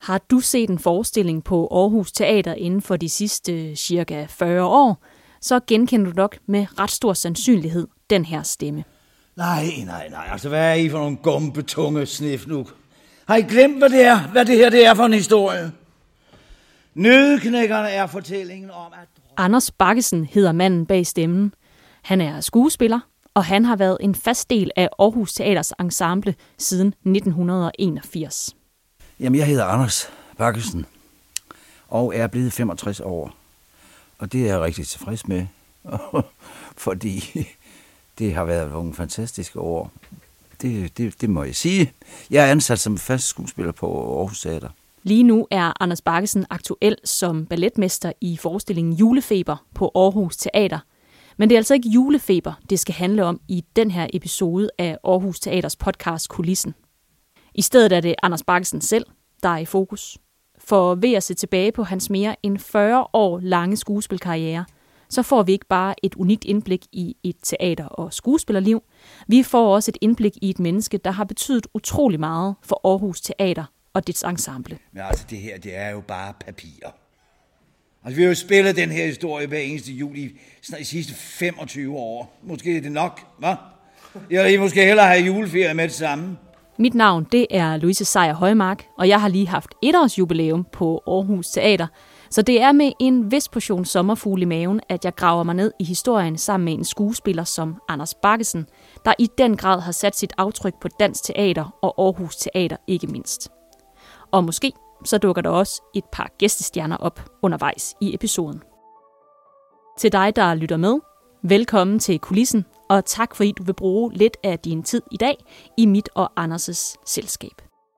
Har du set en forestilling på Aarhus Teater inden for de sidste cirka 40 år, så genkender du nok med ret stor sandsynlighed den her stemme. Nej. Altså, hvad er I for nogle gumpetunge snif nu? Har I glemt, hvad det her er for en historie? Nøddeknækkerne er fortællingen om, at... Anders Baggesen hedder manden bag stemmen. Han er skuespiller, og han har været en fast del af Aarhus Teaters ensemble siden 1981. Jamen, jeg hedder Anders Baggesen, og er blevet 65 år. Og det er jeg rigtig tilfreds med, fordi det har været nogle fantastiske år. Det må jeg sige. Jeg er ansat som fast skuespiller på Aarhus Teater. Lige nu er Anders Baggesen aktuel som balletmester i forestillingen Julefeber på Aarhus Teater. Men det er altså ikke julefeber, det skal handle om i den her episode af Aarhus Teaters podcast Kulissen. I stedet er det Anders Baggesen selv, der er i fokus. For ved at se tilbage på hans mere end 40 år lange skuespilkarriere, så får vi ikke bare et unikt indblik i et teater- og skuespillerliv. Vi får også et indblik i et menneske, der har betydet utrolig meget for Aarhus Teater og dets ensemble. Men altså, det her, det er jo bare papir. Altså, vi har jo spillet den her historie hver eneste jul i de sidste 25 år. Måske er det nok, hva'? Jeg vil måske hellere have juleferie med det samme. Mit navn, det er Louise Sejer Højmark, og jeg har lige haft 1-årsjubilæum på Aarhus Teater. Så det er med en vis portion sommerfugle i maven, at jeg graver mig ned i historien sammen med en skuespiller som Anders Baggesen, der i den grad har sat sit aftryk på dansk teater og Aarhus Teater ikke mindst. Og måske så dukker der også et par gæstestjerner op undervejs i episoden. Til dig, der lytter med, velkommen til Kulissen, og tak fordi du vil bruge lidt af din tid i dag i mit og Anders' selskab.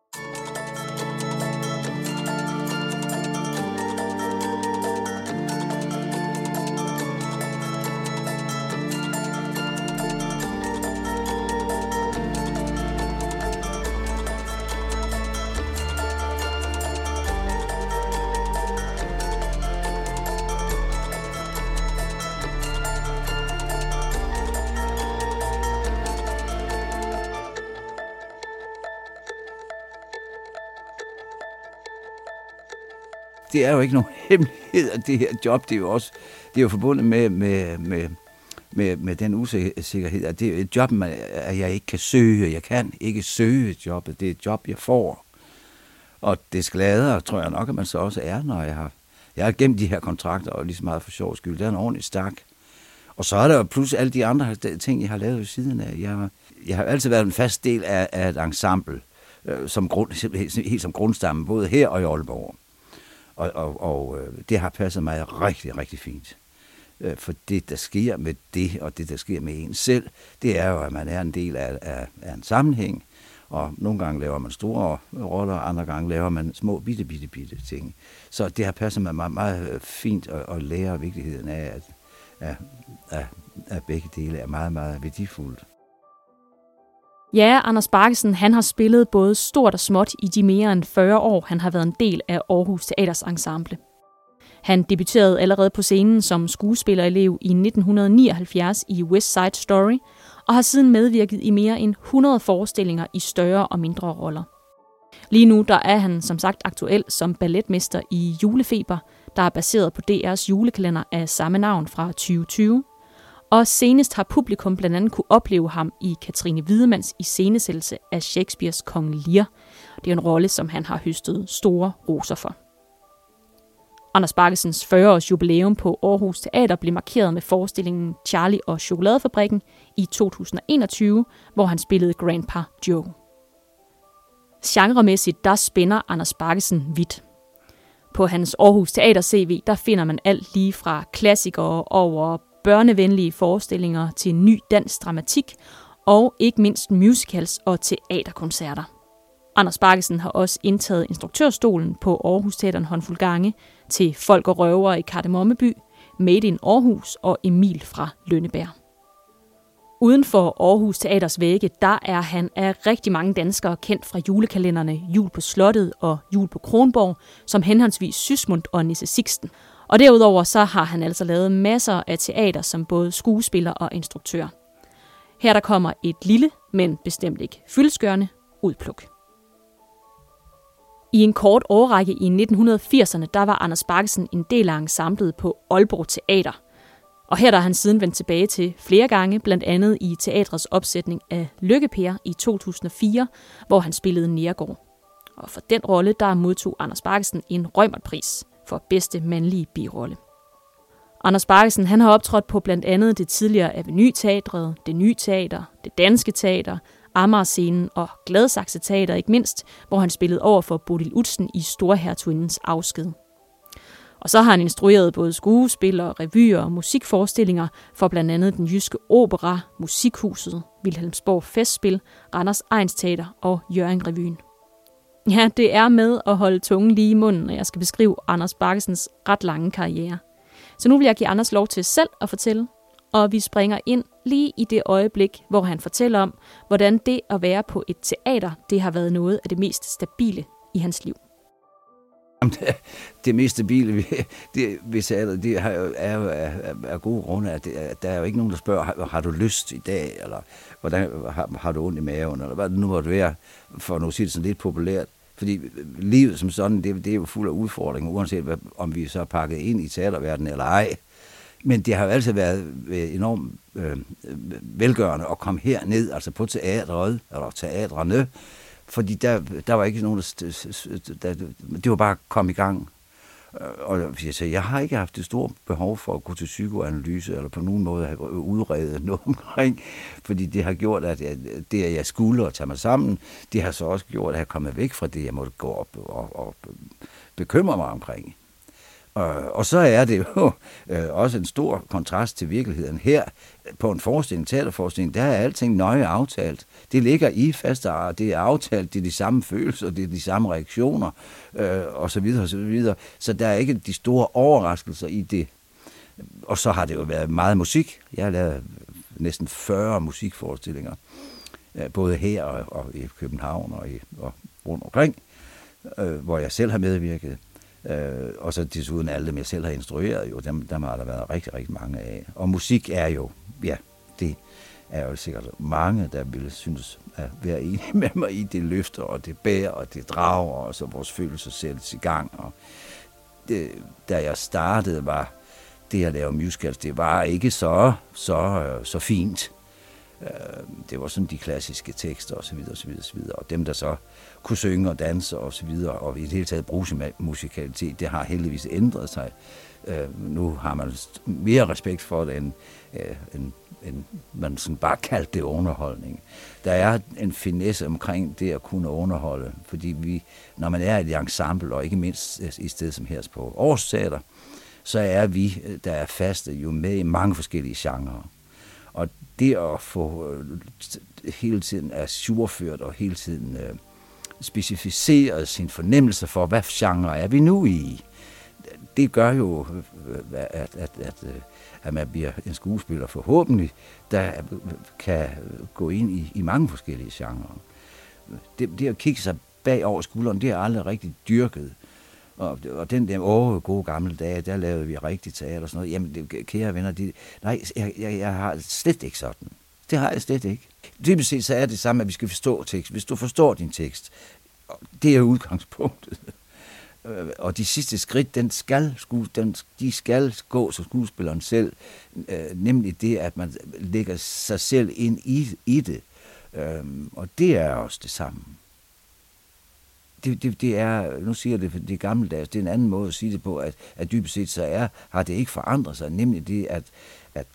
Det er jo ikke nogen hemmelighed, at det her job, det er jo forbundet med den usikkerhed, at det er et job, at jeg ikke kan søge. Jeg kan ikke søge jobbet. Det er et job, jeg får. Og det glæder, tror jeg nok, at man så også er, når jeg har gemt de her kontrakter, og lige så meget for sjov skyld. Det er en ordentlig stak. Og så er der jo pludselig alle de andre ting, jeg har lavet ved siden af. Jeg har altid været en fast del af et ensemble, helt som grundstamme, både her og i Aalborg. Og det har passet mig rigtig, rigtig fint. For det, der sker med det, og det, der sker med en selv, det er jo, at man er en del af en sammenhæng. Og nogle gange laver man store roller, andre gange laver man små, bitte ting. Så det har passet mig meget, meget fint at lære vigtigheden af, at begge dele er meget, meget værdifuldt. Ja, Anders Baggesen, han har spillet både stort og småt i de mere end 40 år, han har været en del af Aarhus Teaters ensemble. Han debuterede allerede på scenen som skuespillerelev i 1979 i West Side Story, og har siden medvirket i mere end 100 forestillinger i større og mindre roller. Lige nu der er han som sagt aktuel som balletmester i Julefeber, der er baseret på DR's julekalender af samme navn fra 2020. Og senest har publikum blandt andet kunne opleve ham i Katrine Wiedemanns iscenesættelse af Shakespeares Kong Lear. Det er en rolle, som han har høstet store roser for. Anders Baggesens 40-års jubilæum på Aarhus Teater blev markeret med forestillingen Charlie og Chokoladefabrikken i 2021, hvor han spillede Grandpa Joe. Genremæssigt der spænder Anders Baggesen vidt. På hans Aarhus Teater CV der finder man alt lige fra klassikere over børnevenlige forestillinger til ny dansk dramatik og ikke mindst musicals og teaterkoncerter. Anders Baggesen har også indtaget instruktørstolen på Aarhus Teater en håndfuld gange til Folk og Røvere i Kardemommeby, Made in Aarhus og Emil fra Lønneberg. Uden for Aarhus Teaters vægge, der er han af rigtig mange danskere kendt fra julekalenderne Jul på Slottet og Jul på Kronborg, som henholdsvis Sysmund og Nisse Sixten. Og derudover så har han altså lavet masser af teater som både skuespiller og instruktør. Her der kommer et lille, men bestemt ikke fyldestgørende udpluk. I en kort årrække i 1980'erne, der var Anders Baggesen en del af ensemblet på Aalborg Teater. Og her der er han siden vendt tilbage til flere gange, blandt andet i teatrets opsætning af Lykke-Per i 2004, hvor han spillede Neergaard. Og for den rolle, der modtog Anders Baggesen en Reumertpris for bedste mandlige birolle. Anders Baggesen, han har optrådt på blandt andet det tidligere Aveny-teatret, Det Nye Teater, Det Danske Teater, Amager-scenen og Gladsaxe Teater ikke mindst, hvor han spillede over for Bodil Udsen i Storhertugindens afsked. Og så har han instrueret både skuespillere, revyer og musikforestillinger for blandt andet Den Jyske Opera, Musikhuset, Vilhelmsborg Festspil, Randers Egnsteater og Hjørring Revyen. Ja, det er med at holde tungen lige i munden, når jeg skal beskrive Anders Baggesens ret lange karriere. Så nu vil jeg give Anders lov til selv at fortælle, og vi springer ind lige i det øjeblik, hvor han fortæller om, hvordan det at være på et teater, det har været noget af det mest stabile i hans liv. Det mest stabile ved teater, det er jo af gode grunde, at der er jo ikke nogen, der spørger, har du lyst i dag, eller hvordan har du ondt i maven, eller hvad det nu måtte være, for nu at sige det sådan lidt populært. Fordi livet som sådan, det er jo fuld af udfordringer, uanset om vi så er pakket ind i teaterverdenen eller ej. Men det har jo altid været enormt velgørende at komme herned, altså på teatret, eller teatrene, fordi der var ikke nogen, det var bare at komme i gang. Og jeg har ikke haft det store behov for at gå til psykoanalyse, eller på nogen måde have udredet noget omkring, fordi det har gjort, at det, at jeg skulle tage mig sammen, det har så også gjort, at jeg er kommet væk fra det, jeg måtte gå op og bekymre mig omkring. Og så er det jo også en stor kontrast til virkeligheden. Her på en teaterforestilling, der er alting nøje aftalt. Det ligger i faste art, det er aftalt, det er de samme følelser, det er de samme reaktioner, og så videre, og så videre. Så der er ikke de store overraskelser i det. Og så har det jo været meget musik. Jeg har lavet næsten 40 musikforestillinger, både her og i København og rundt omkring, hvor jeg selv har medvirket. Og så desuden alle dem, jeg selv har instrueret, jo, dem har der været rigtig, rigtig mange af. Og musik er jo, ja, det er jo sikkert mange, der ville synes at være enige med mig i. Det løfter, og det bærer, og det drager, og så vores følelser sættes i gang. Og det, da jeg startede, var det at lave musicals, det var ikke så fint. Det var sådan de klassiske tekster og så videre, og så videre, og så videre. Og dem, der så kunne synge og danse og så videre, og i det hele taget brugsmusikalitet, det har heldigvis ændret sig. Nu har man mere respekt for det, end man sådan bare kaldte det underholdning. Der er en finesse omkring det at kunne underholde, fordi når man er i et ensemble, og ikke mindst i sted som her på Aarhus Teater, så er vi, der er faste, jo med i mange forskellige genrer. Og det at få hele tiden ajourført og hele tiden specificeret sin fornemmelse for, hvad genre er vi nu i, det gør jo, at man bliver en skuespiller forhåbentlig, der kan gå ind i mange forskellige genrer. Det at kigge sig bag over skulderen, det er aldrig rigtig dyrket. Og den der gode gamle dage, der lavede vi rigtig teater og sådan noget. Jamen, kære venner, nej, jeg har slet ikke sådan. Det har jeg slet ikke. Dybest set så er det samme, at vi skal forstå tekst. Hvis du forstår din tekst, det er udgangspunktet. Og de sidste skridt, de skal gå så skuespilleren selv, nemlig det, at man lægger sig selv ind i det. Og det er også det samme. Det er, nu siger jeg det gammeldags, det er en anden måde at sige det på, at dybest set så har det ikke forandret sig, nemlig det, at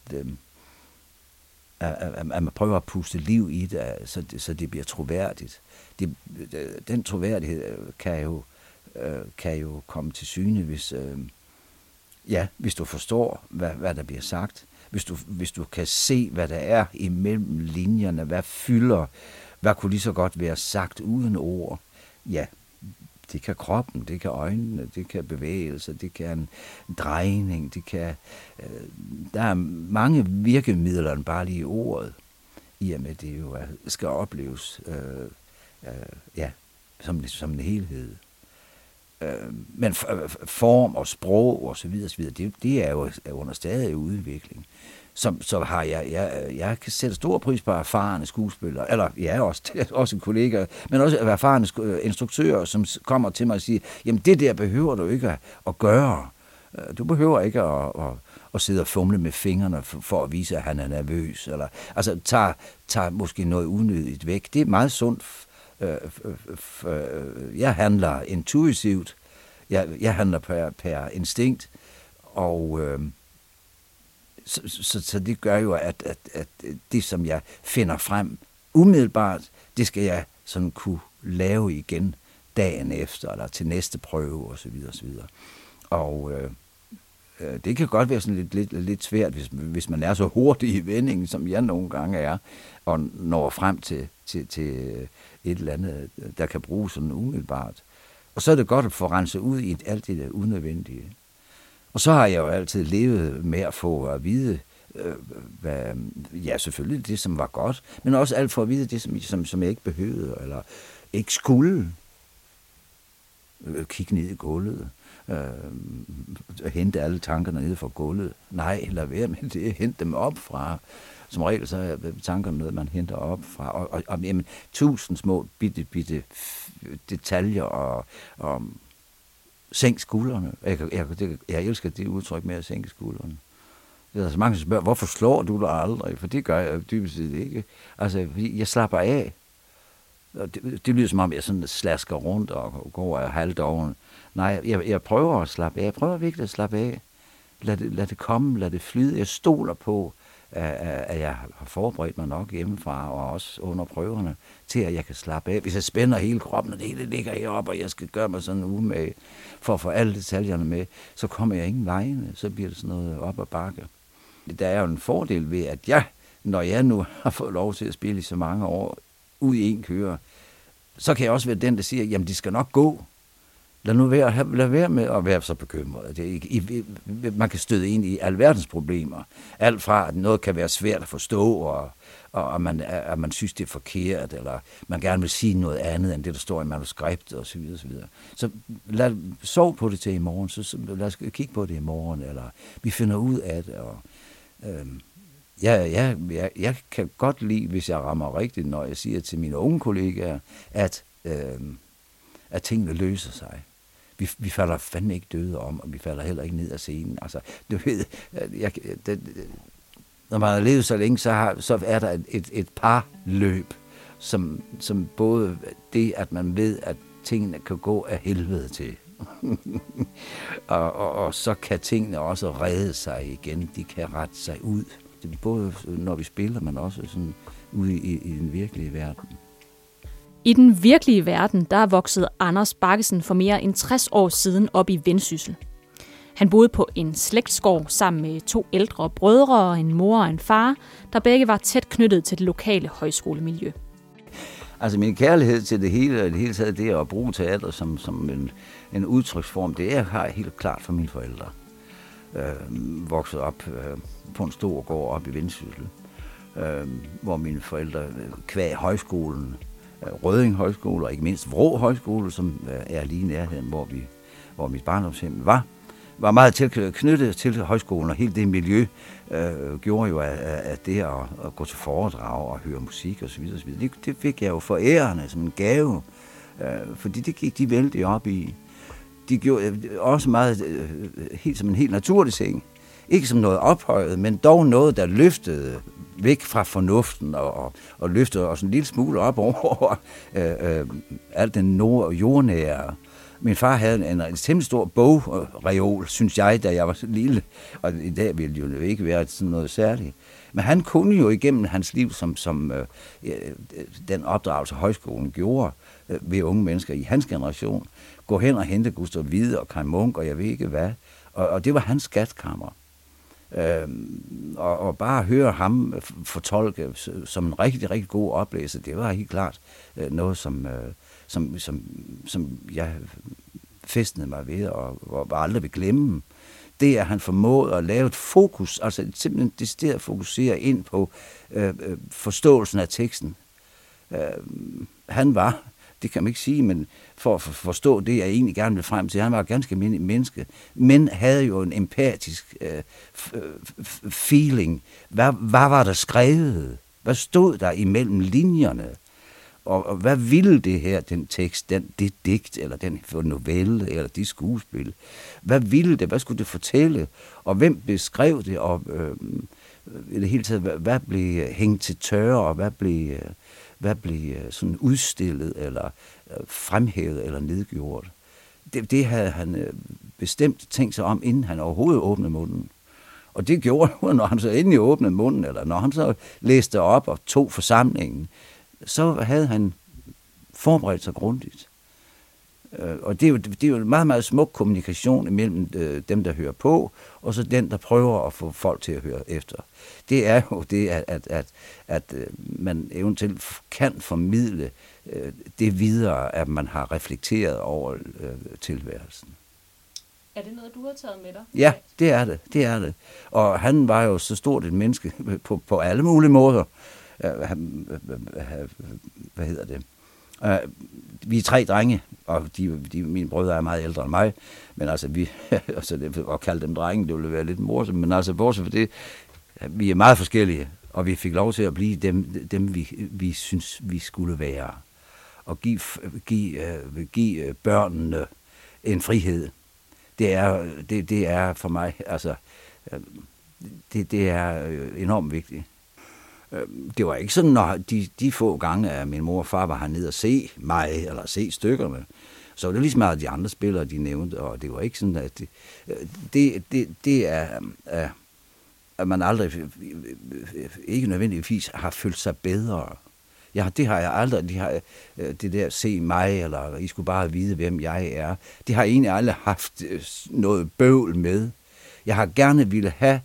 man prøver at puste liv i det, så det bliver troværdigt. Den troværdighed kan jo komme til syne, hvis du forstår, hvad der bliver sagt. Hvis du kan se, hvad der er imellem linjerne, hvad fylder, hvad kunne lige så godt være sagt uden ord. Ja, det kan kroppen, det kan øjnene, det kan bevægelser, det kan en drejning, der er mange virkemidler end bare lige ordet, i og med det jo skal opleves som en helhed. Men form og sprog og så videre, det er jo under stadig udvikling. Så har jeg kan sætte stor pris på erfarne skuespillere, eller også kollegaer, men også erfarne instruktører, som kommer til mig og siger, jamen det der behøver du ikke at gøre. Du behøver ikke at sidde og fumle med fingrene for at vise, at han er nervøs. Eller, altså tager måske noget unødigt væk. Det er meget sundt. Jeg handler intuitivt. Jeg handler per instinkt. Og så det gør jo, at det, som jeg finder frem umiddelbart, det skal jeg sådan kunne lave igen dagen efter, eller til næste prøve, osv. osv. Og det kan godt være sådan lidt svært, hvis man er så hurtig i vendingen, som jeg nogle gange er, og når frem til et eller andet, der kan bruges sådan umiddelbart. Og så er det godt at få renset ud i alt det der unødvendige. Og så har jeg jo altid levet med at få at vide, selvfølgelig det, som var godt, men også alt for at vide det, som jeg ikke behøvede, eller ikke skulle. Kigge ned i gulvet. Hente alle tankerne ned fra gulvet. Nej, lad være med det. Hente dem op fra. Som regel så er tankerne noget, man henter op fra. Og jamen, 1000 små bitte detaljer og sænk skuldrene. Jeg elsker det udtryk med at sænke skuldrene. Det er så mange, der spørger, hvorfor slår du dig aldrig? For det gør jeg dybest set ikke. Altså, jeg slapper af. Det lyder som om, jeg sådan slasker rundt og går halvdoven. Nej, jeg prøver at slappe af. Jeg prøver virkelig at slappe af. Lad det komme, lad det flyde. Jeg stoler på, at jeg har forberedt mig nok hjemmefra, og også under prøverne, til at jeg kan slappe af. Hvis jeg spænder hele kroppen, og det hele ligger heroppe, og jeg skal gøre mig sådan umage for at få alle detaljerne med, så kommer jeg ingen vegne. Så bliver det sådan noget op ad bakke. Der er jo en fordel ved, at når jeg nu har fået lov til at spille i så mange år, ud i en kører, så kan jeg også være den, der siger, jamen det skal nok gå. Lad være med at være så bekymret. Man kan støde ind i alverdens problemer. Alt fra, at noget kan være svært at forstå, og at man synes, det er forkert, eller man gerne vil sige noget andet, end det, der står i manuskriptet, osv. Så sov på det til i morgen, så lad os kigge på det i morgen, eller vi finder ud af det, og jeg kan godt lide, hvis jeg rammer rigtigt, når jeg siger til mine unge kollegaer, at tingene løser sig. Vi falder fandme ikke døde om, og vi falder heller ikke ned af scenen. Altså, du ved, når man har levet så længe, så er der et par løb, som både det, at man ved, at tingene kan gå af helvede til, og så kan tingene også redde sig igen. De kan rette sig ud. Både når vi spiller, men også sådan ude i den virkelige verden. I den virkelige verden, der voksede Anders Baggesen for mere end 60 år siden op i Vendsyssel. Han boede på en slægtsgård sammen med 2 ældre brødre og en mor og en far, der begge var tæt knyttet til det lokale højskolemiljø. Altså min kærlighed til det hele taget, det at bruge teater som en udtryksform, det har jeg helt klart for mine forældre. Vokset op på en stor gård op i Vendsyssel, hvor mine forældre kvæg højskolen, Rødding Højskole og ikke mindst Vrå Højskole, som er lige i nærheden, hvor mit barndomshjem var meget tilknyttet til højskolen, og hele det miljø gjorde jo, at det at gå til foredrag og høre musik osv., det fik jeg jo forærende som en gave, fordi det gik de vældig op i. De gjorde også meget helt som en helt naturlig ting. Ikke som noget ophøjet, men dog noget, der løftede væk fra fornuften og løftede os en lille smule op over alt den jordnære. Min far havde en temmelig stor bogreol, synes jeg, da jeg var så lille. Og i dag ville det jo ikke være sådan noget særligt. Men han kunne jo igennem hans liv, som den opdragelse højskolen gjorde ved unge mennesker i hans generation, gå hen og hente Gustav Wied og Kai Munk og jeg ved ikke hvad. Og det var hans skatkammer. Og bare høre ham fortolke som en rigtig, rigtig god oplæser, det var helt klart noget, som jeg fæstnede mig ved og aldrig vil glemme. Det er, at han formåede at lave et fokus, altså simpelthen decideret fokusere ind på forståelsen af teksten. Han var Det kan man ikke sige, men for at forstå det, jeg egentlig gerne vil frem til. Han var et ganske almindelig menneske, men havde jo en empatisk feeling. Hvad var der skrevet? Hvad stod der imellem linjerne? Og hvad ville det her, den tekst, det digt, eller den novelle, eller de skuespil? Hvad ville det? Hvad skulle det fortælle? Og hvem beskrev det? Og i det hele taget, hvad blev hængt til tørre, og hvad blev sådan udstillet, eller fremhævet, eller nedgjort? Det havde han bestemt tænkt sig om, inden han overhovedet åbnede munden. Og det gjorde han, når han så endelig åbnede munden, eller når han så læste op og tog forsamlingen, så havde han forberedt sig grundigt. Og det er jo en meget, meget smuk kommunikation imellem dem, der hører på, og så den, der prøver at få folk til at høre efter. Det er jo det, at man eventuelt kan formidle det videre, at man har reflekteret over tilværelsen. Er det noget, du har taget med dig? Ja, det er det. Og han var jo så stort et menneske på alle mulige måder. Hvad hedder det? Vi er 3 drenge, og mine brødre er meget ældre end mig, men altså at kalde dem drenge, det ville være lidt morsomt, men altså bortset for det, vi er meget forskellige, og vi fik lov til at blive dem vi synes, vi skulle være, og give børnene en frihed. Det er for mig, altså, det er enormt vigtigt. Det var ikke sådan, når de få gange, at min mor og far var hernede og se mig, eller se stykkerne, så var det lige så meget de andre spillere, de nævnte, og det var ikke sådan, at det er, at man aldrig, ikke nødvendigvis har følt sig bedre. Ja, det har jeg aldrig, det der se mig, eller I skulle bare vide, hvem jeg er, det har jeg egentlig aldrig haft noget bøvl med. Jeg har gerne ville have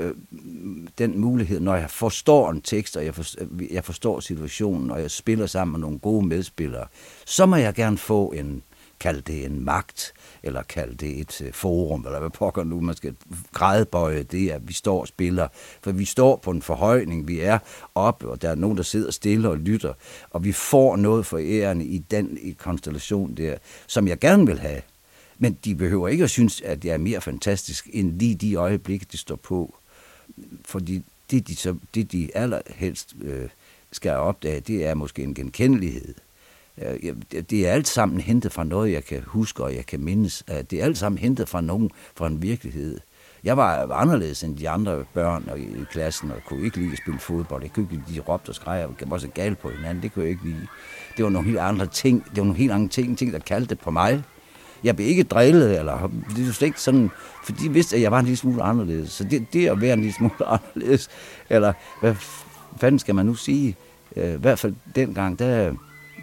den mulighed, når jeg forstår en tekst, og jeg forstår situationen, og jeg spiller sammen med nogle gode medspillere, så må jeg gerne få kald det en magt, eller kald det et forum, eller hvad pokker nu, man skal gradbøje det, at vi står og spiller. For vi står på en forhøjning, vi er oppe, og der er nogen, der sidder stille og lytter, og vi får noget for æren i den konstellation der, som jeg gerne vil have. Men de behøver ikke at synes, at det er mere fantastisk, end lige de øjeblikke, de står på. Fordi det de allerhelst skal opdage, det er måske en genkendelighed. Det er alt sammen hentet fra noget, jeg kan huske, og jeg kan mindes. Det er alt sammen hentet fra en virkelighed. Jeg var anderledes end de andre børn i klassen, og kunne ikke lide at spille fodbold. Jeg kunne ikke lide, de råbte og skreg, og var så galt på hinanden. Det kunne jeg ikke lide. Det var nogle helt andre ting, der kaldte på mig. Jeg blev ikke drillet, eller det er ikke sådan, for de vidste, at jeg var en lille smule anderledes. Så det at være en lille smule anderledes, eller hvad fanden skal man nu sige? I hvert fald dengang, der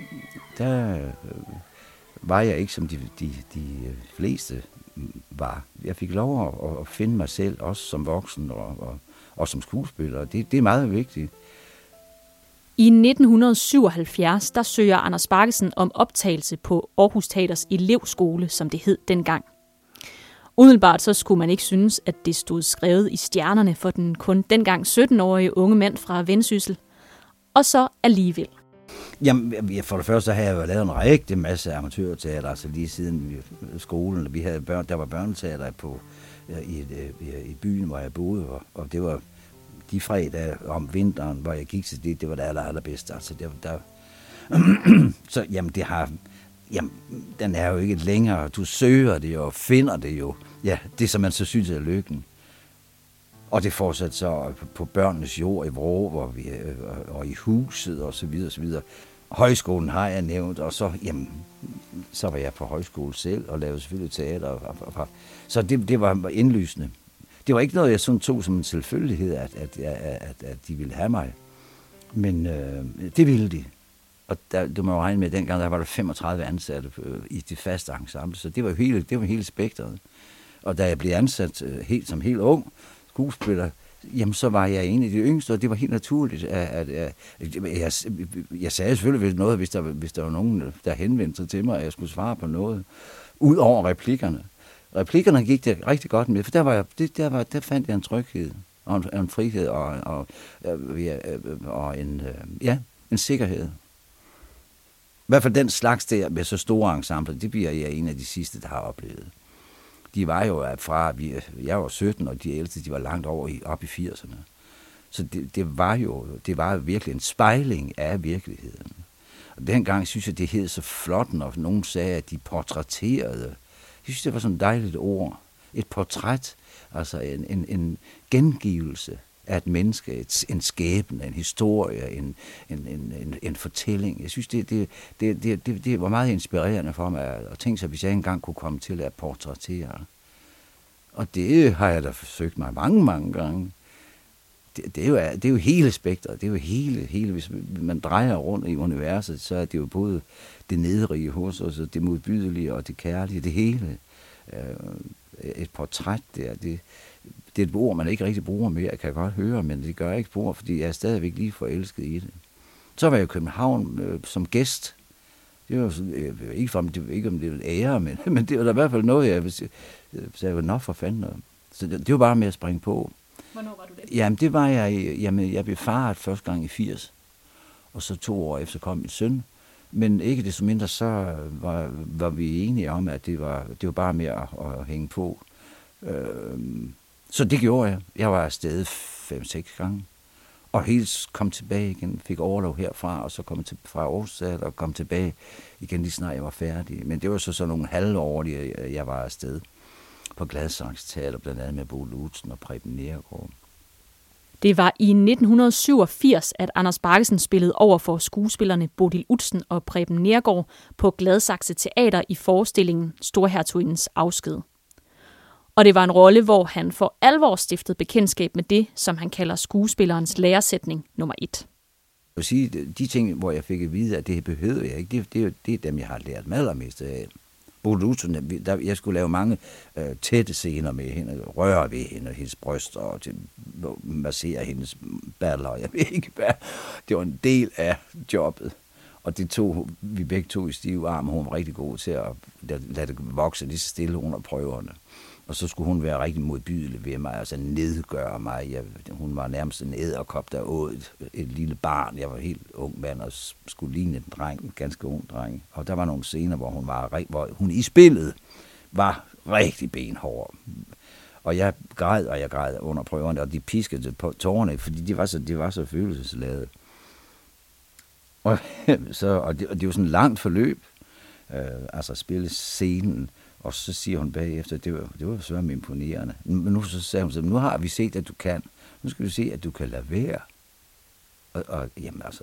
var jeg ikke som de fleste var. Jeg fik lov at finde mig selv, også som voksen og som skuespiller. Det er meget vigtigt. I 1977, der søger Anders Baggesen om optagelse på Aarhus Teaters elevskole, som det hed dengang. Umiddelbart så skulle man ikke synes, at det stod skrevet i stjernerne for den kun dengang 17-årige unge mand fra Vendsyssel. Og så alligevel. Jamen, for det første så har jeg jo lavet en rigtig masse amatørteater, altså lige siden skolen. Vi havde der var børneteater i byen, hvor jeg boede, og det var de fredage om vinteren, hvor jeg gik til det var det allerbedste. Altså, så den er jo ikke længere. Du søger det jo og finder det jo. Ja, det som man så synes er lykken. Og det fortsat så på børnenes jord i Vrå, og i huset og så videre, så videre. Højskolen har jeg nævnt, og så var jeg på højskole selv og lavede selvfølgelig teater. Så det var indlysende. Det var ikke noget, jeg sådan tog som en selvfølgelighed, at de ville have mig. Men det ville de. Og du må jo regne med, at dengang der var der 35 ansatte i det faste ensemble, så det var hele spektret. Og da jeg blev ansat som helt ung skuespiller, jamen så var jeg en af de yngste, og det var helt naturligt. Jeg sagde selvfølgelig noget, hvis der var nogen, der henvendte sig til mig, at jeg skulle svare på noget, ud over replikkerne. Replikkerne gik det rigtig godt med, for der fandt jeg en tryghed, og en frihed, og en sikkerhed. hvert fald den slags der med så store ensembler, det bliver jeg en af de sidste, der har oplevet. De var jo fra, jeg var 17, og de ældste, de var langt op i 80'erne. Så det var virkelig en spejling af virkeligheden. Og dengang synes jeg, det hed så flot, når nogen sagde, at de portrætterede. Jeg synes, det var sådan et dejligt ord. Et portræt, altså en gengivelse af et menneske, en skæbne, en historie, en fortælling. Jeg synes, det var meget inspirerende for mig at tænke sig, hvis jeg engang kunne komme til at portrættere. Og det har jeg da forsøgt mig mange gange. Det er jo hele spektret, det er jo hele, hvis man drejer rundt i universet, så er det jo både det nedrige hos os, og det modbydelige og det kærlige, det hele. Et portræt der, det er et ord, man ikke rigtig bruger mere, jeg kan godt høre, men det gør jeg ikke bruger, fordi jeg er stadigvæk lige forelsket i det. Så var jeg i København som gæst. Det var ikke om det var ære, men det var da i hvert fald noget, jeg var nok for fanden. Så det var bare med at springe på. Hvornår var du det? Jamen, det var jeg blev faret første gang i 80, og så 2 år efter kom min søn. Men ikke desto mindre, så var vi enige om, at det var bare med at hænge på. Så det gjorde jeg. Jeg var afsted 5-6 gange. Og helt kom tilbage igen, fik overlov herfra, og så kom fra Aarhus og kom tilbage igen lige snart jeg var færdig. Men det var så nogle halvårlige, jeg var afsted på Gladsaxe-teater, blandt andet med Bodil Udsen og Preben Neergaard. Det var i 1987, at Anders Baggesen spillede over for skuespillerne Bodil Udsen og Preben Neergaard på Gladsaxe Teater i forestillingen Storhertugindens afsked. Og det var en rolle, hvor han for alvor stiftede bekendtskab med det, som han kalder skuespillerens læresætning nummer 1. Jeg vil sige, de ting, hvor jeg fik at vide, at det behøvede jeg ikke, det er dem, jeg har lært mig allermest af. Bodil Udsen, jeg skulle lave mange tætte scener med hende, røre ved hende, hendes bryster, og massere hendes baller. Jeg ved ikke hvad. Det var en del af jobbet. Og det tog vi begge to i stive arme. Hun var rigtig god til at lade det vokse lige så stille under prøverne. Og så skulle hun være rigtig modbydelig ved mig, altså nedgøre mig. Hun var nærmest en edderkop, der åd et lille barn. Jeg var helt ung mand og skulle ligne en dreng, en ganske ung dreng. Og der var nogle scener, hvor hun i spillet var rigtig benhård. Og jeg græd under prøverne, og de piskede på tårerne, fordi de var så følelsesladede. Og det var sådan et langt forløb, altså spille scenen. Og så siger hun bagefter, det var så imponerende. Men nu så sagde hun så, nu har vi set, at du kan. Nu skal vi se, at du kan lade være. Og jamen altså,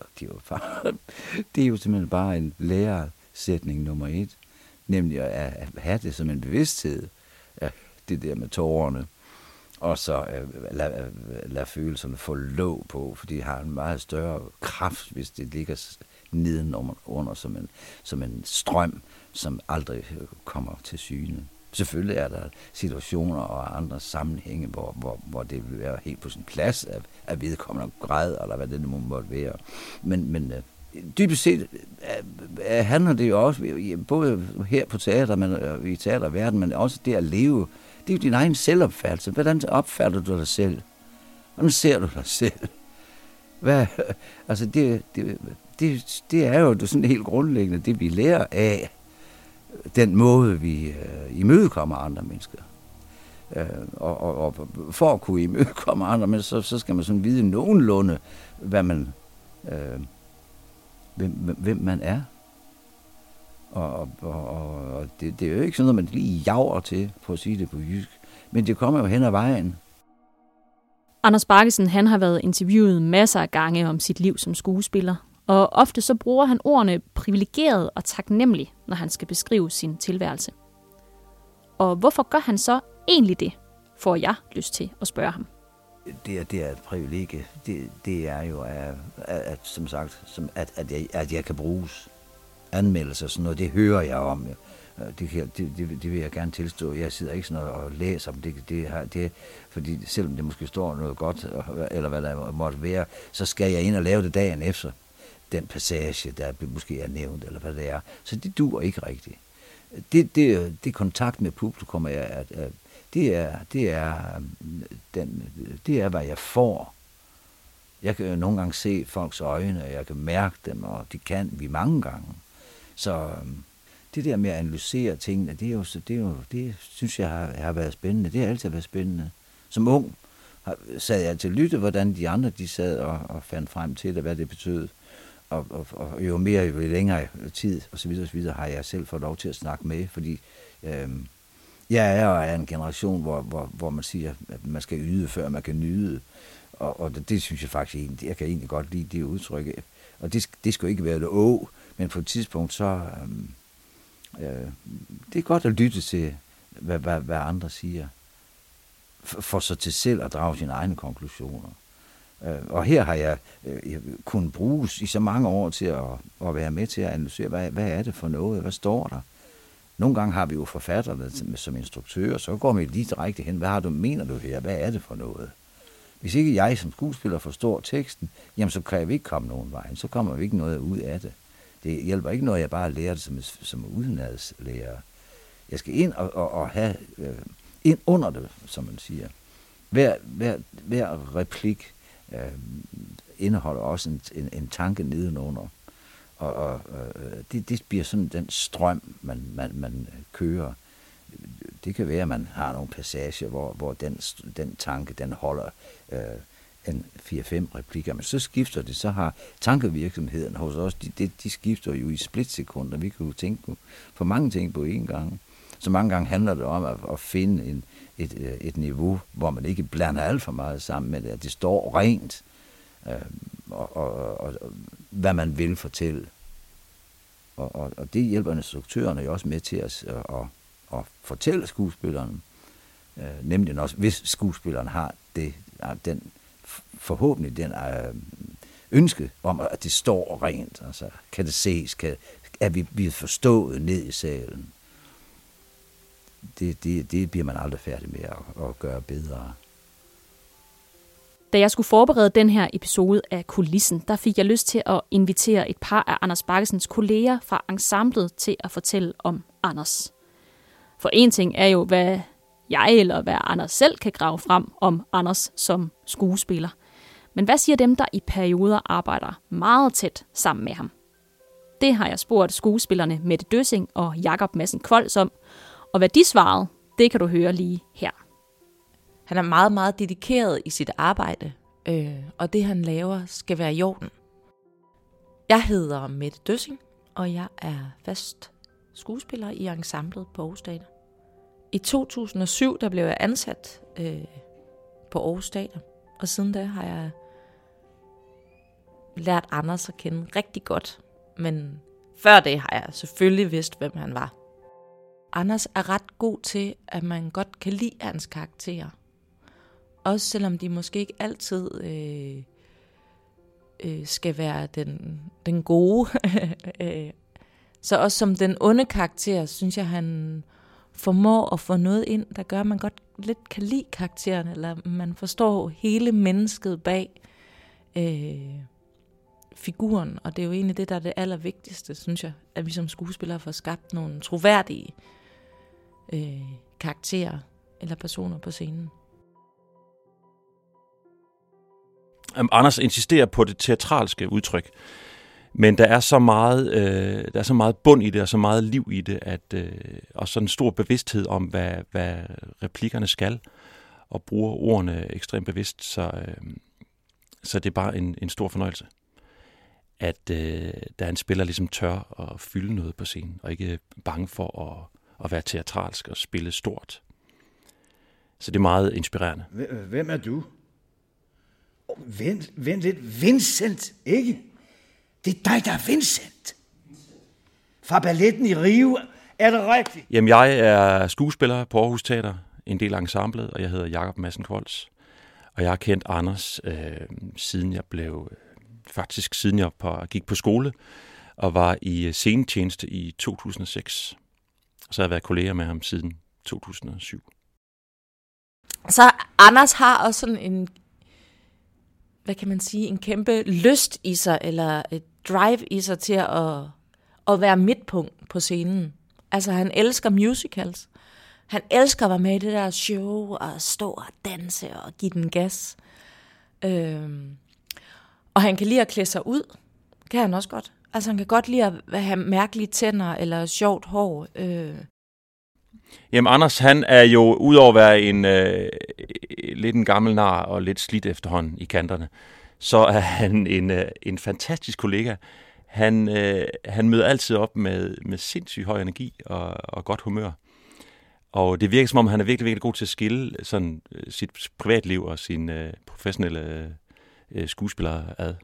det er jo simpelthen bare en læresætning nummer 1. Nemlig at have det som en bevidsthed af det der med tårerne. Og så lade følelserne få låg på, fordi det har en meget større kraft, hvis det ligger nedenunder som en strøm, som aldrig kommer til syne. Selvfølgelig er der situationer og andre sammenhænge, hvor det vil være helt på sin plads at vedkommende græd, eller hvad det nu måtte være. Men dybest set handler det jo også, både her på teater, men i teaterverdenen, men også det at leve. Det er jo din egen selvopfattelse. Hvordan opfatter du dig selv? Hvordan ser du dig selv? Altså det er jo sådan helt grundlæggende, det vi lærer af den måde, vi imødekommer andre mennesker. Og for at kunne imødekomme andre mennesker, så skal man sådan vide nogenlunde, hvem man er. Og det er jo ikke sådan noget, man lige jager til, på at sige det på jysk. Men det kommer jo hen ad vejen. Anders Baggesen, han har været interviewet masser af gange om sit liv som skuespiller. Og ofte så bruger han ordene privilegeret og taknemmelig, når han skal beskrive sin tilværelse. Og hvorfor gør han så egentlig det, får jeg lyst til at spørge ham. Det er et privilegie. Det er jo, at, som sagt, at jeg kan bruges. Anmeldelser og sådan noget, det hører jeg om. Det vil jeg gerne tilstå. Jeg sidder ikke sådan og læser om det, fordi selvom det måske står noget godt, eller hvad der måtte være, så skal jeg ind og lave det dagen efter den passage, der måske er nævnt, eller hvad det er. Så det duer ikke rigtigt. Det kontakt med publikum, det er, hvad jeg får. Jeg kan nogle gange se folks øjne, og jeg kan mærke dem, og det kan vi mange gange. Så det der med at analysere tingene, det synes jeg har været spændende. Det har altid været spændende. Som ung sad jeg til at lytte, hvordan de andre de sad og fandt frem til det, hvad det betød. Og jo mere, jo længere tid, og så videre, har jeg selv fået lov til at snakke med, fordi jeg er en generation, hvor man siger, at man skal yde, før man kan nyde. Og det synes jeg faktisk, jeg kan egentlig godt lide det udtryk. Og det skal jo ikke være det men på et tidspunkt, så det er godt at lytte til, hvad andre siger, for så til selv at drage sine egne konklusioner. Og her har jeg kunnet bruges i så mange år til at være med til at analysere, hvad er det for noget, hvad står der? Nogle gange har vi jo forfattere som instruktører, så går vi lige direkte hen, mener du her, hvad er det for noget? Hvis ikke jeg som skuespiller forstår teksten, jamen så kan vi ikke komme nogen vej, så kommer vi ikke noget ud af det. Det hjælper ikke noget, jeg bare lærer det som udenadslærer. Jeg skal ind og have ind under det, som man siger. Hver replik indeholder også en tanke nedenunder. Og det bliver sådan den strøm, man kører. Det kan være, at man har nogle passager, hvor den tanke, den holder en 4-5 replikker, men så skifter det, så har tankevirksomheden hos os, de skifter jo i splitsekunder. Vi kan jo tænke på mange ting på én gang. Så mange gange handler det om at finde et niveau, hvor man ikke blander alt for meget sammen med det, at det står rent, og hvad man vil fortælle. Og det hjælper instruktørerne jo også med til at fortælle skuespilleren, nemlig også, hvis skuespilleren har den forhåbentlig den ønske om, at det står rent, altså kan det ses, er vi forstået ned i salen. Det bliver man aldrig færdig med at gøre bedre. Da jeg skulle forberede den her episode af Kulissen, der fik jeg lyst til at invitere et par af Anders Baggesens kolleger fra ensemblet til at fortælle om Anders. For en ting er jo, hvad jeg eller hvad Anders selv kan grave frem om Anders som skuespiller. Men hvad siger dem, der i perioder arbejder meget tæt sammen med ham? Det har jeg spurgt skuespillerne Mette Døssing og Jakob Madsen Kvols om, og hvad de svarede, det kan du høre lige her. Han er meget, meget dedikeret i sit arbejde, og det han laver skal være i orden. Jeg hedder Mette Døssing, og jeg er fast skuespiller i ensemblet på Aarhus Teater. I 2007 der blev jeg ansat på Aarhus Teater, og siden da har jeg lært Anders at kende rigtig godt. Men før det har jeg selvfølgelig vidst, hvem han var. Anders er ret god til, at man godt kan lide hans karakterer. Også selvom de måske ikke altid skal være den gode. Så også som den onde karakter, synes jeg, han formår at få noget ind, der gør, at man godt lidt kan lide karakteren, eller man forstår hele mennesket bag figuren. Og det er jo egentlig det, der er det allervigtigste, synes jeg, at vi som skuespillere får skabt nogle troværdige karakterer eller personer på scenen. Anders insisterer på det teatralske udtryk, men der er så meget bund i det, og så meget liv i det, og sådan en stor bevidsthed om, hvad replikkerne skal, og bruger ordene ekstremt bevidst, så det er bare en stor fornøjelse, at der er en spiller ligesom tør at fylde noget på scenen, og ikke bange for at være teatralsk og spille stort. Så det er meget inspirerende. Hvem er du? Vent lidt. Vincent, ikke? Det er dig, der er Vincent. Fra balletten i Rio. Er det rigtigt? Jamen, jeg er skuespiller på Aarhus Teater, en del af ensemblet, og jeg hedder Jakob Madsen Kvols. Og jeg har kendt Anders, siden jeg gik på skole, og var i scenetjeneste i 2006. Og så har jeg været kolleger med ham siden 2007. Så Anders har også sådan en, hvad kan man sige, en kæmpe lyst i sig, eller et drive i sig til at være midtpunkt på scenen. Altså han elsker musicals. Han elsker at være med i det der show, og stå og danse og give den gas. Og han kan lide at klæde sig ud. Kan han også godt. Altså han kan godt lide at have mærkelige tænder eller sjovt hår. Jamen Anders, han er jo udover at være lidt en gammel nar og lidt slidt efterhånden i kanterne, så er han en fantastisk kollega. Han møder altid op med sindssygt høj energi og godt humør. Og det virker som om, han er virkelig, virkelig god til at skille sådan, sit privatliv og sin professionelle skuespillere ad.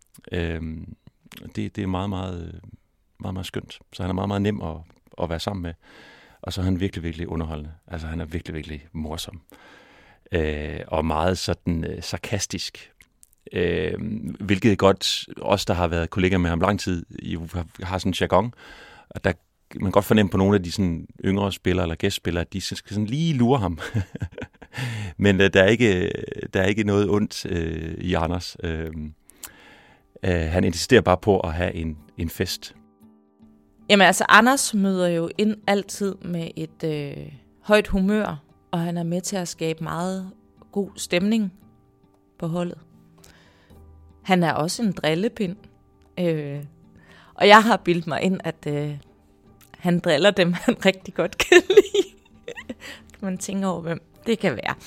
Det er meget, meget, meget, meget skønt. Så han er meget, meget nem at være sammen med. Og så er han virkelig, virkelig underholdende. Altså han er virkelig, virkelig morsom. Og meget sådan sarkastisk. Hvilket er godt, os der har været kollegaer med ham lang tid, har sådan en jargon. Og der man kan godt fornemme på nogle af de sådan yngre spillere eller gæstspillere, at de skal sådan lige lure ham. Men der er ikke noget ondt i Anders. Han insisterer bare på at have en fest. Jamen altså, Anders møder jo ind altid med et højt humør, og han er med til at skabe meget god stemning på holdet. Han er også en drillepind, og jeg har bildt mig ind, at han driller dem, han rigtig godt kan lide. Kan man tænke over, hvem det kan være.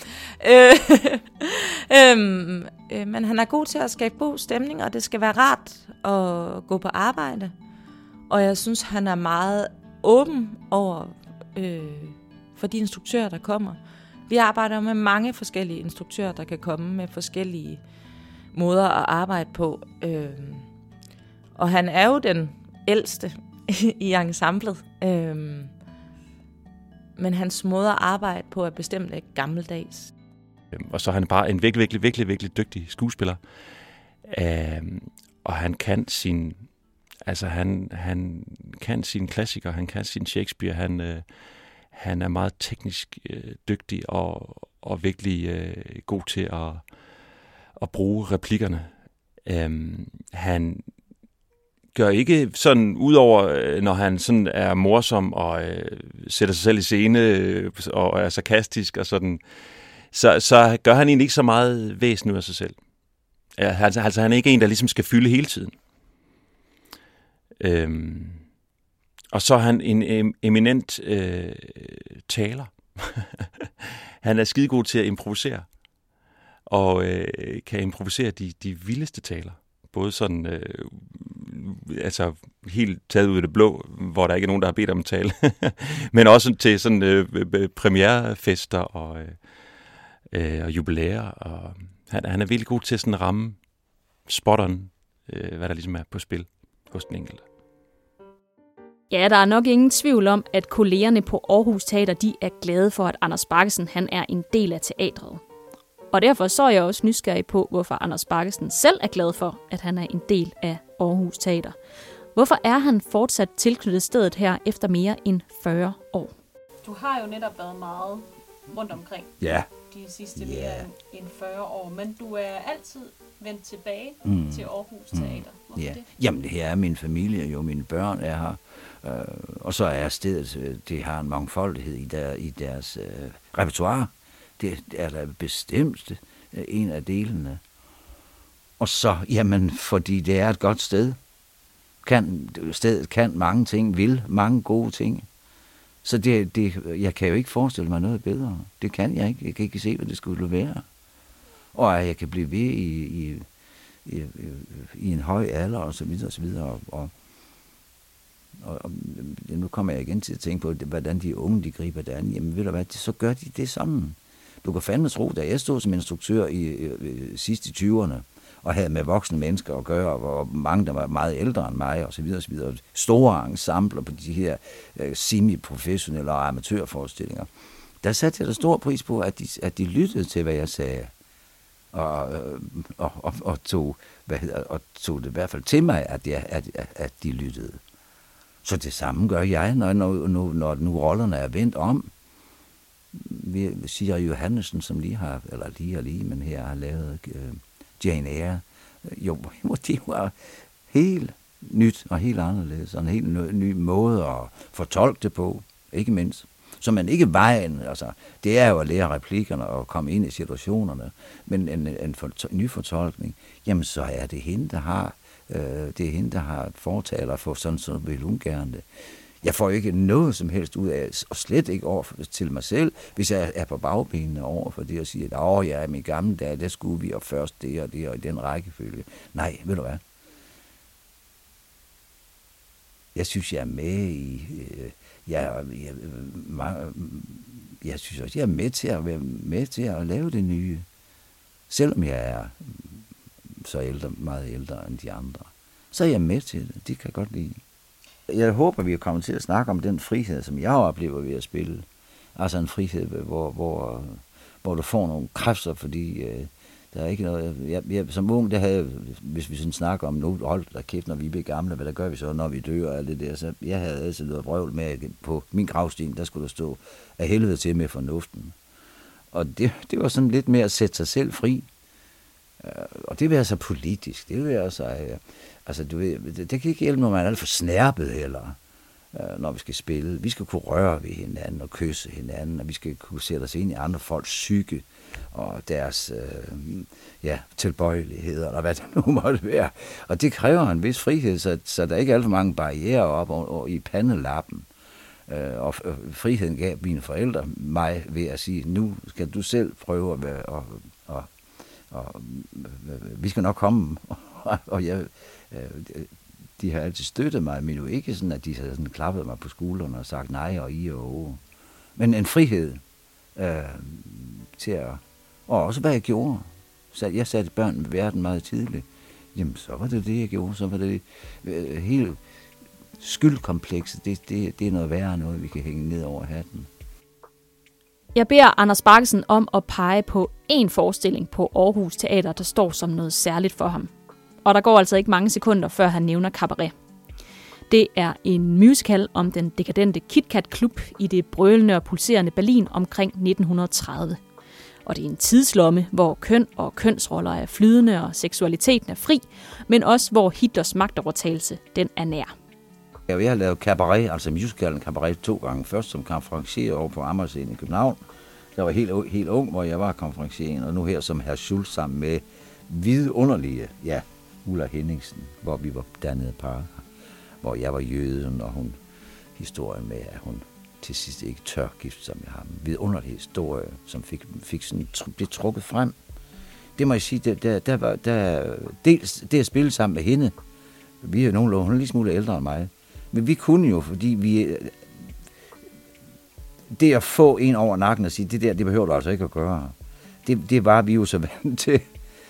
Men han er god til at skabe god stemning, og det skal være rart at gå på arbejde. Og jeg synes, han er meget åben over for de instruktører, der kommer. Vi arbejder med mange forskellige instruktører, der kan komme med forskellige måder at arbejde på. Og han er jo den ældste i ensemblet. Men hans måde at arbejde på er bestemt ikke gammeldags. Og så er han bare en virkelig, virkelig, virkelig, virkelig dygtig skuespiller. Og han kan sin... Altså, han kan sin klassiker, han kan sin Shakespeare, han er meget teknisk dygtig og virkelig god til at bruge replikkerne. Han gør ikke sådan, udover når han sådan er morsom og sætter sig selv i scene og er sarkastisk og sådan, så gør han egentlig ikke så meget væsen ud af sig selv. Altså, han er ikke en, der ligesom skal fylde hele tiden. Og så er han en eminent taler. Han er skidegod til at improvisere. Og kan improvisere de vildeste taler. Både sådan, altså helt taget ud af det blå, hvor der ikke er nogen, der har bedt om at tale. Men også til sådan premierefester og jubilæer. Og han er virkelig god til sådan at ramme spotteren, hvad der ligesom er på spil hos den enkelte. Ja, der er nok ingen tvivl om, at kollegerne på Aarhus Teater, de er glade for, at Anders Baggesen han er en del af teatret. Og derfor så er jeg også nysgerrig på, hvorfor Anders Baggesen selv er glad for, at han er en del af Aarhus Teater. Hvorfor er han fortsat tilknyttet stedet her efter mere end 40 år? Du har jo netop været meget rundt omkring de sidste mere end 40 år, men du er altid vendt tilbage til Aarhus Teater. Hvorfor det? Jamen, det her er min familie, jo mine børn er her. Og så er stedet, det har en mangfoldighed i deres repertoire. Det er da bestemt en af delene. Og så, jamen, fordi det er et godt sted. Stedet kan mange ting, vil mange gode ting. Så jeg kan jo ikke forestille mig noget bedre. Det kan jeg ikke. Jeg kan ikke se, hvad det skulle være. Og at jeg kan blive ved i en høj alder, og så videre, og så videre. Og nu kommer jeg igen til at tænke på, hvordan de unge, de griber det an. Jamen ved du hvad, så gør de det sammen. Du kan fandme tro, da jeg stod som instruktør i sidst i 20'erne, og havde med voksne mennesker at gøre, og mange, der var meget ældre end mig, og så videre, og så videre. Store ensembler på de her semi-professionelle og amatørforestillinger. Der satte jeg da stor pris på, at de lyttede til, hvad jeg sagde. Og tog det i hvert fald til mig, at de lyttede. Så det samme gør jeg, når nu rollerne er vendt om. Vi siger Johannesen, som lige, men her har lavet Jane Eyre. Jo, det var helt nyt og helt anderledes, og en helt ny måde at fortolke det på, ikke mindst. Så man ikke vejen, altså, det er jo at lære replikkerne og komme ind i situationerne, men en ny fortolkning, jamen så er det hende, der har Det er hende, der har fortaler for sådan, så vil hun gerne det. Jeg får ikke noget som helst ud af, og slet ikke over til mig selv, hvis jeg er på bagbenene over for det og siger, at ja, i min gamle dage, der skulle vi, og først det og det, og i den rækkefølge. Nej, ved du hvad? Jeg synes, jeg er med i... Jeg synes også, jeg er med til at lave det nye. Selvom jeg er så meget ældre end de andre. Så er jeg med til det. Det kan jeg godt lide. Jeg håber, vi er kommet til at snakke om den frihed, som jeg oplever ved at spille. Altså en frihed, hvor du får nogle kræfter, fordi der er ikke noget... Jeg, som ung, der havde, hvis vi sådan snakker om, nu hold da kæft, når vi bliver gamle, hvad der gør vi så, når vi dør og alt det der. Så jeg havde altid noget vrøvl med, at på min gravsten, der skulle der stå af helvede til med fornuften. Og det var sådan lidt mere at sætte sig selv fri. Og det vil altså politisk. Det vil altså, du ved, det kan ikke hjælpe, når man er alt for snærpet heller, når vi skal spille. Vi skal kunne røre ved hinanden og kysse hinanden, og vi skal kunne sætte os ind i andre folks psyke og deres tilbøjeligheder, eller hvad det nu måtte være. Og det kræver en vis frihed, så der ikke er alt for mange barrierer op og i pandelappen. Og friheden gav mine forældre mig ved at sige, nu skal du selv prøve at være, og vi skal nok komme. Og de har altid støttet mig, men jo ikke sådan, at de har sådan klappet mig på skuldrene og sagt nej og i og o. Men en frihed til at... Og også hvad jeg gjorde. Så jeg satte børn i verden meget tidligt. Jamen, så var det jeg gjorde. Så var det helt skyldkomplekset. Det er noget værre noget, vi kan hænge ned over hatten. Jeg beder Anders Baggesen om at pege på en forestilling på Aarhus Teater, der står som noget særligt for ham. Og der går altså ikke mange sekunder, før han nævner Cabaret. Det er en musical om den dekadente KitKat-klub i det brølende og pulserende Berlin omkring 1930. Og det er en tidslomme, hvor køn og kønsroller er flydende og seksualiteten er fri, men også hvor Hitlers magtovertagelse, den er nær. Jeg har lavet Cabaret, altså musicalen Cabaret 2 gange. Først som konferencier over på Amagerscenen i København. Der var helt ung, hvor jeg var konferencieren, og nu her som Herr Schulz sammen med vidunderlige, Ulla Henningsen, hvor vi var dernede par, hvor jeg var jøden, og hun historien med, at hun til sidst ikke tør gifte sig med ham. Vidunderlig historie, som fik sådan, blev trukket frem. Det må jeg sige, dels det at spille sammen med hende, vi er nogenlunde, hun er lige smule ældre end mig, men vi kunne jo, fordi det at få en over nakken og sige, det behøver du altså ikke at gøre. Det var vi jo så vant til.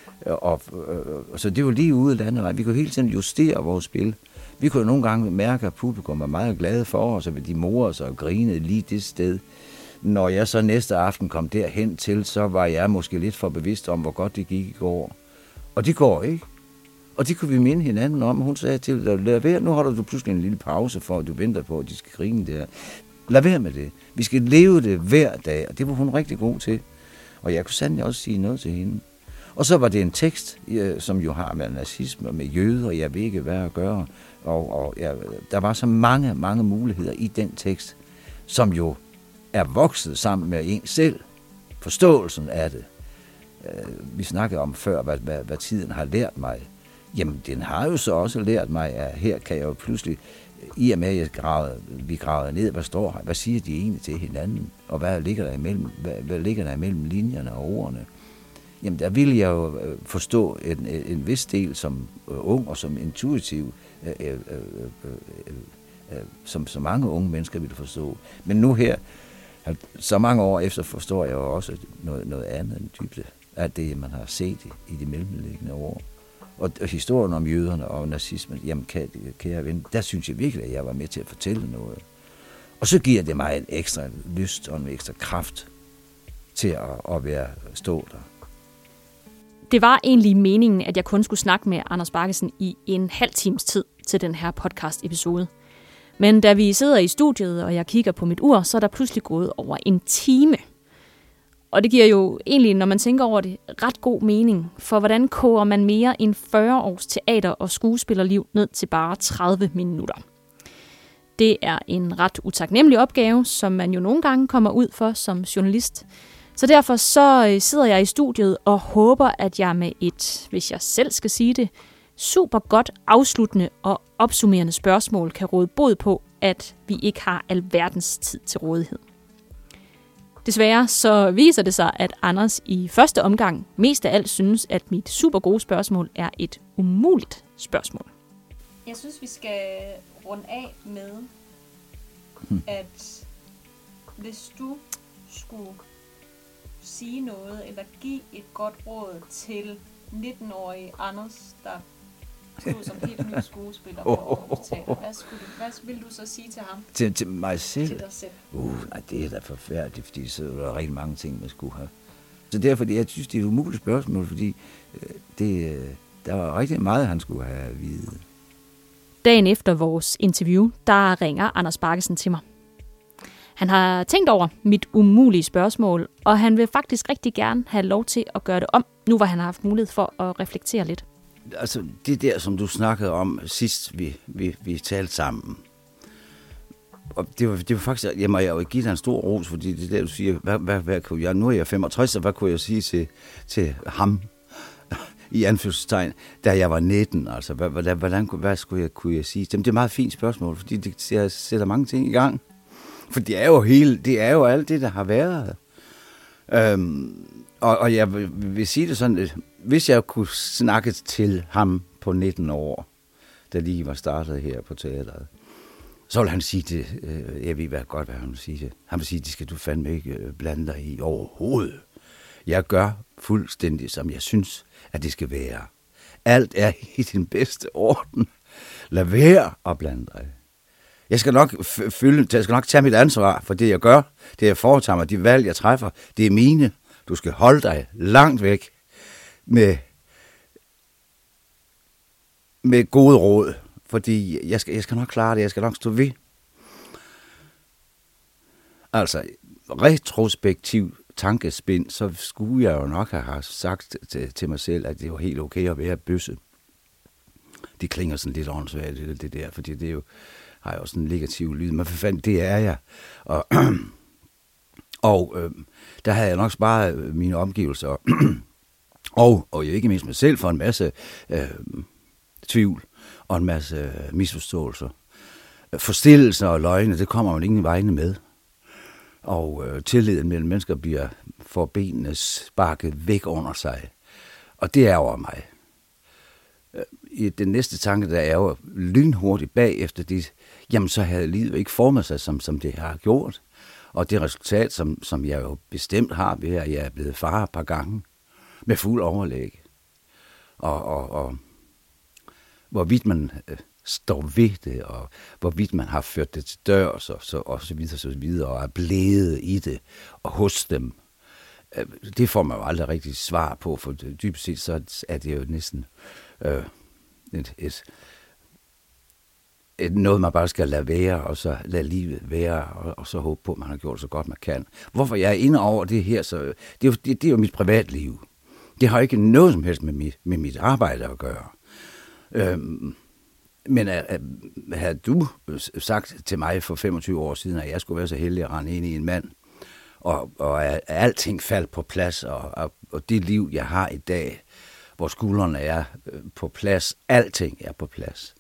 Så det var lige ude af landet. Vi kunne hele tiden justere vores spil. Vi kunne nogle gange mærke, at publikum var meget glade for os, og de morede sig og grinede lige det sted. Når jeg så næste aften kom derhen til, så var jeg måske lidt for bevidst om, hvor godt det gik i går. Og det går ikke. Og det kunne vi minde hinanden om. Hun sagde til, lad være, nu holder du pludselig en lille pause, for at du venter på, at de skal grine der. Lad være med det. Vi skal leve det hver dag, og det var hun rigtig god til. Og jeg kunne sandelig også sige noget til hende. Og så var det en tekst, som jo har med nazisme og med jøder, og jeg ved ikke, hvad at gøre. Og der var så mange muligheder i den tekst, som jo er vokset sammen med en selv. Forståelsen af det. Vi snakkede om før, hvad tiden har lært mig. Jamen, den har jo så også lært mig, at her kan jeg jo pludselig, i og med at vi gravede ned, hvad siger de egentlig til hinanden? Og hvad ligger der imellem linjerne og ordene? Jamen, der ville jeg jo forstå en vis del som ung og som intuitiv, som så mange unge mennesker ville forstå. Men nu her, så mange år efter, forstår jeg jo også noget andet end dybde af det, man har set i de mellemliggende år. Og historien om jøderne og nazismen, jamen kære ven, der synes jeg virkelig, at jeg var med til at fortælle noget. Og så giver det mig en ekstra lyst og en ekstra kraft til at stå der. Det var egentlig meningen, at jeg kun skulle snakke med Anders Baggesen i en halv times tid til den her podcast-episode. Men da vi sidder i studiet, og jeg kigger på mit ur, så er der pludselig gået over en time. Og det giver jo egentlig, når man tænker over det, ret god mening. For hvordan koger man mere end 40 års teater- og skuespillerliv ned til bare 30 minutter? Det er en ret utaknemmelig opgave, som man jo nogle gange kommer ud for som journalist. Så derfor så sidder jeg i studiet og håber, at jeg med et, hvis jeg selv skal sige det, super godt afsluttende og opsummerende spørgsmål kan råde bod på, at vi ikke har alverdens tid til rådighed. Desværre så viser det sig, at Anders i første omgang mest af alt synes, at mit super gode spørgsmål er et umuligt spørgsmål. Jeg synes, vi skal runde af med, at hvis du skulle sige noget, eller give et godt råd til 19-årige Anders, der stod som helt ny skuespiller på Aarhus Teater, hvad vil du så sige til ham? Til mig selv? Til dig selv. Nej, det er da forfærdeligt, fordi så er der rigtig mange ting, man skulle have. Så derfor, jeg synes, det er et umuligt spørgsmål, fordi der var rigtig meget, han skulle have at vide. Dagen efter vores interview, der ringer Anders Baggesen til mig. Han har tænkt over mit umulige spørgsmål, og han vil faktisk rigtig gerne have lov til at gøre det om, nu hvor han har haft mulighed for at reflektere lidt. Altså, det der, som du snakkede om sidst, vi talte sammen, og det var faktisk, jeg må jo give dig en stor ros, fordi det der, du siger, hvad kunne jeg, nu er jeg 65, så hvad kunne jeg sige til ham, i anførselstegn, da jeg var 19, altså, hvad kunne jeg sige? Jamen, det er et meget fint spørgsmål, fordi det sætter mange ting i gang. For det er jo alt det, der har været. Og jeg vil sige det sådan, at hvis jeg kunne snakke til ham på 19 år, der lige var startet her på teateret, så vil han sige det, jeg ved godt, hvad han vil sige det. Han vil sige, det skal du fandme ikke blande dig i overhovedet. Jeg gør fuldstændig, som jeg synes, at det skal være. Alt er i din bedste orden. Lad være at blande dig. Jeg skal nok tage mit ansvar for det, jeg gør, det jeg foretager mig, de valg, jeg træffer, det er mine. Du skal holde dig langt væk med gode råd, fordi jeg skal nok klare det, jeg skal nok stå ved. Altså, retrospektiv tankespind, så skulle jeg jo nok have sagt til mig selv, at det var helt okay at være bøsse. Det klinger sådan lidt åndssvagt, det der, fordi det er jo, har jo sådan en negativ lyd, men for fanden, det er jeg. Og der havde jeg nok sparet mine omgivelser, og ikke mindst mig selv for en masse tvivl og en masse misforståelser. Forstillelser og løgne, det kommer man ingen vegne med. Og tilliden mellem mennesker får benene sparket væk under sig. Og det er over mig. I den næste tanke, der er jo lynhurtigt bagefter det, jamen så havde livet ikke formet sig, som det har gjort. Og det resultat, som jeg jo bestemt har ved, at jeg er blevet far et par gange, med fuld overlæg. Og hvorvidt man står ved det, og hvorvidt man har ført det til dør, og så videre, og er blevet i det, og hos dem. Det får man jo aldrig rigtig svar på, for dybest set så er det jo næsten noget, man bare skal lade være, og så lade livet være, og så håbe på, at man har gjort så godt, man kan. Hvorfor jeg er inde over det her, så det er jo mit privatliv. Det har ikke noget som helst med mit arbejde at gøre. Men havde du sagt til mig for 25 år siden, at jeg skulle være så heldig at rende ind i en mand, og at alting faldt på plads, og det liv, jeg har i dag, hvor skuldrene er på plads, alting er på plads,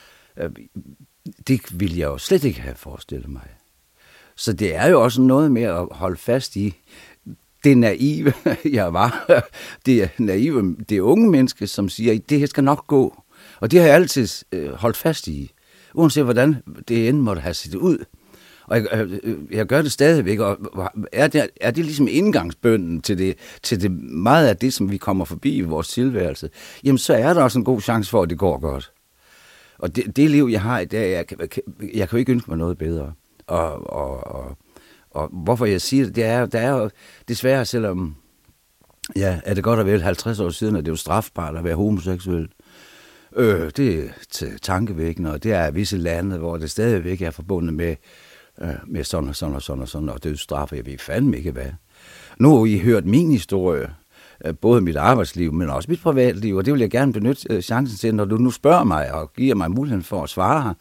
det ville jeg jo slet ikke have forestillet mig. Så det er jo også noget med at holde fast i det naive, jeg var. Det naive, det unge menneske, som siger, at det her skal nok gå. Og det har jeg altid holdt fast i, uanset hvordan det end måtte have set ud. Og jeg gør det stadigvæk, og er det ligesom indgangsbønnen til det meget af det, som vi kommer forbi i vores tilværelse, jamen så er der også en god chance for, at det går godt. Og det liv, jeg har i dag, jeg kan jo ikke ønske mig noget bedre. Og hvorfor jeg siger det, der er jo desværre, selvom, ja, er det godt at vel 50 år siden, at det er jo strafbart at være homoseksuel. Det er tankevækkende, og det er visse lande, hvor det stadigvæk er forbundet med sådan, og dødsstraf, jeg ved fandme ikke hvad. Nu har I hørt min historie, både mit arbejdsliv, men også mit privatliv, og det vil jeg gerne benytte chancen til, når du nu spørger mig og giver mig muligheden for at svare.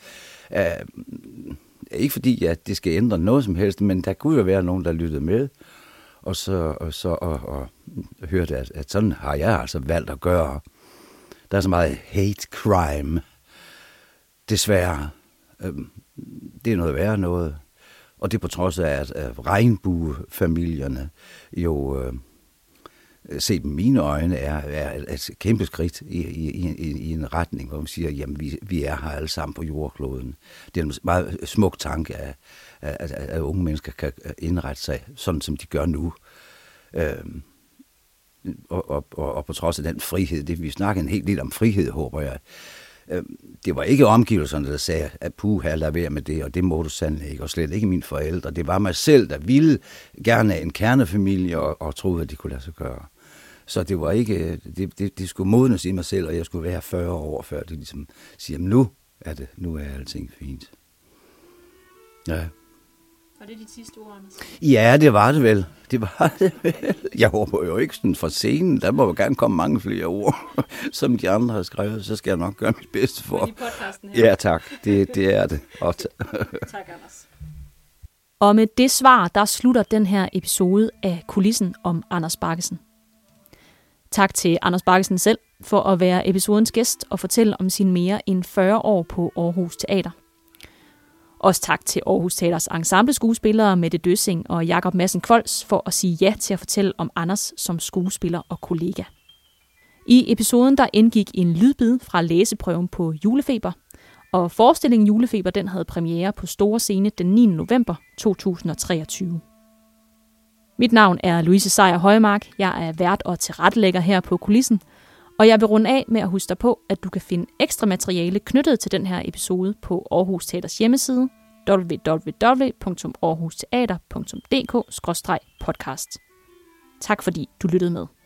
Ikke fordi, at det skal ændre noget som helst, men der kunne jo være nogen, der lyttede med, og hørte, at sådan har jeg altså valgt at gøre. Der er så meget hate crime. Desværre. Det er noget værre noget. Og det på trods af, at regnbuefamilierne jo, set med mine øjne, er et kæmpe skridt i en retning, hvor man siger, jamen vi er her alle sammen på jordkloden. Det er en meget smuk tanke, at unge mennesker kan indrette sig sådan, som de gør nu. Og på trods af den frihed, det vi snakker en hel del om frihed, håber jeg. Det var ikke omgivelserne, der sagde, at puha, lad være med det, og det må du sandelig ikke, og slet ikke mine forældre. Det var mig selv, der ville gerne en kernefamilie, og troede, at det kunne lade sig gøre. Så det var ikke, det skulle modnes i mig selv, og jeg skulle være 40 år, før det ligesom siger, nu er alting fint. Ja. Var det dit sidste ord, Anders? Ja, det var det vel. Jeg håber jo ikke sådan fra scenen. Der må jo gerne komme mange flere ord, som de andre har skrevet. Så skal jeg nok gøre mit bedste for. Men i podcasten her? Ja, tak. Det er det. Tak, Anders. Og med det svar, der slutter den her episode af Kulissen om Anders Baggesen. Tak til Anders Baggesen selv for at være episodens gæst og fortælle om sine mere end 40 år på Aarhus Teater. Også tak til Aarhus Teaters ensembleskuespillere Mette Døssing og Jakob Madsen Kvolds for at sige ja til at fortælle om Anders som skuespiller og kollega. I episoden der indgik en lydbid fra læseprøven på Julefeber, og forestillingen Julefeber den havde premiere på Store Scene den 9. november 2023. Mit navn er Louise Sejer Højmark. Jeg er vært og tilrettelægger her på Kulissen, og jeg vil runde af med at huske dig på, at du kan finde ekstra materiale knyttet til den her episode på Aarhus Teaters hjemmeside www.aarhusteater.dk/podcast. Tak fordi du lyttede med.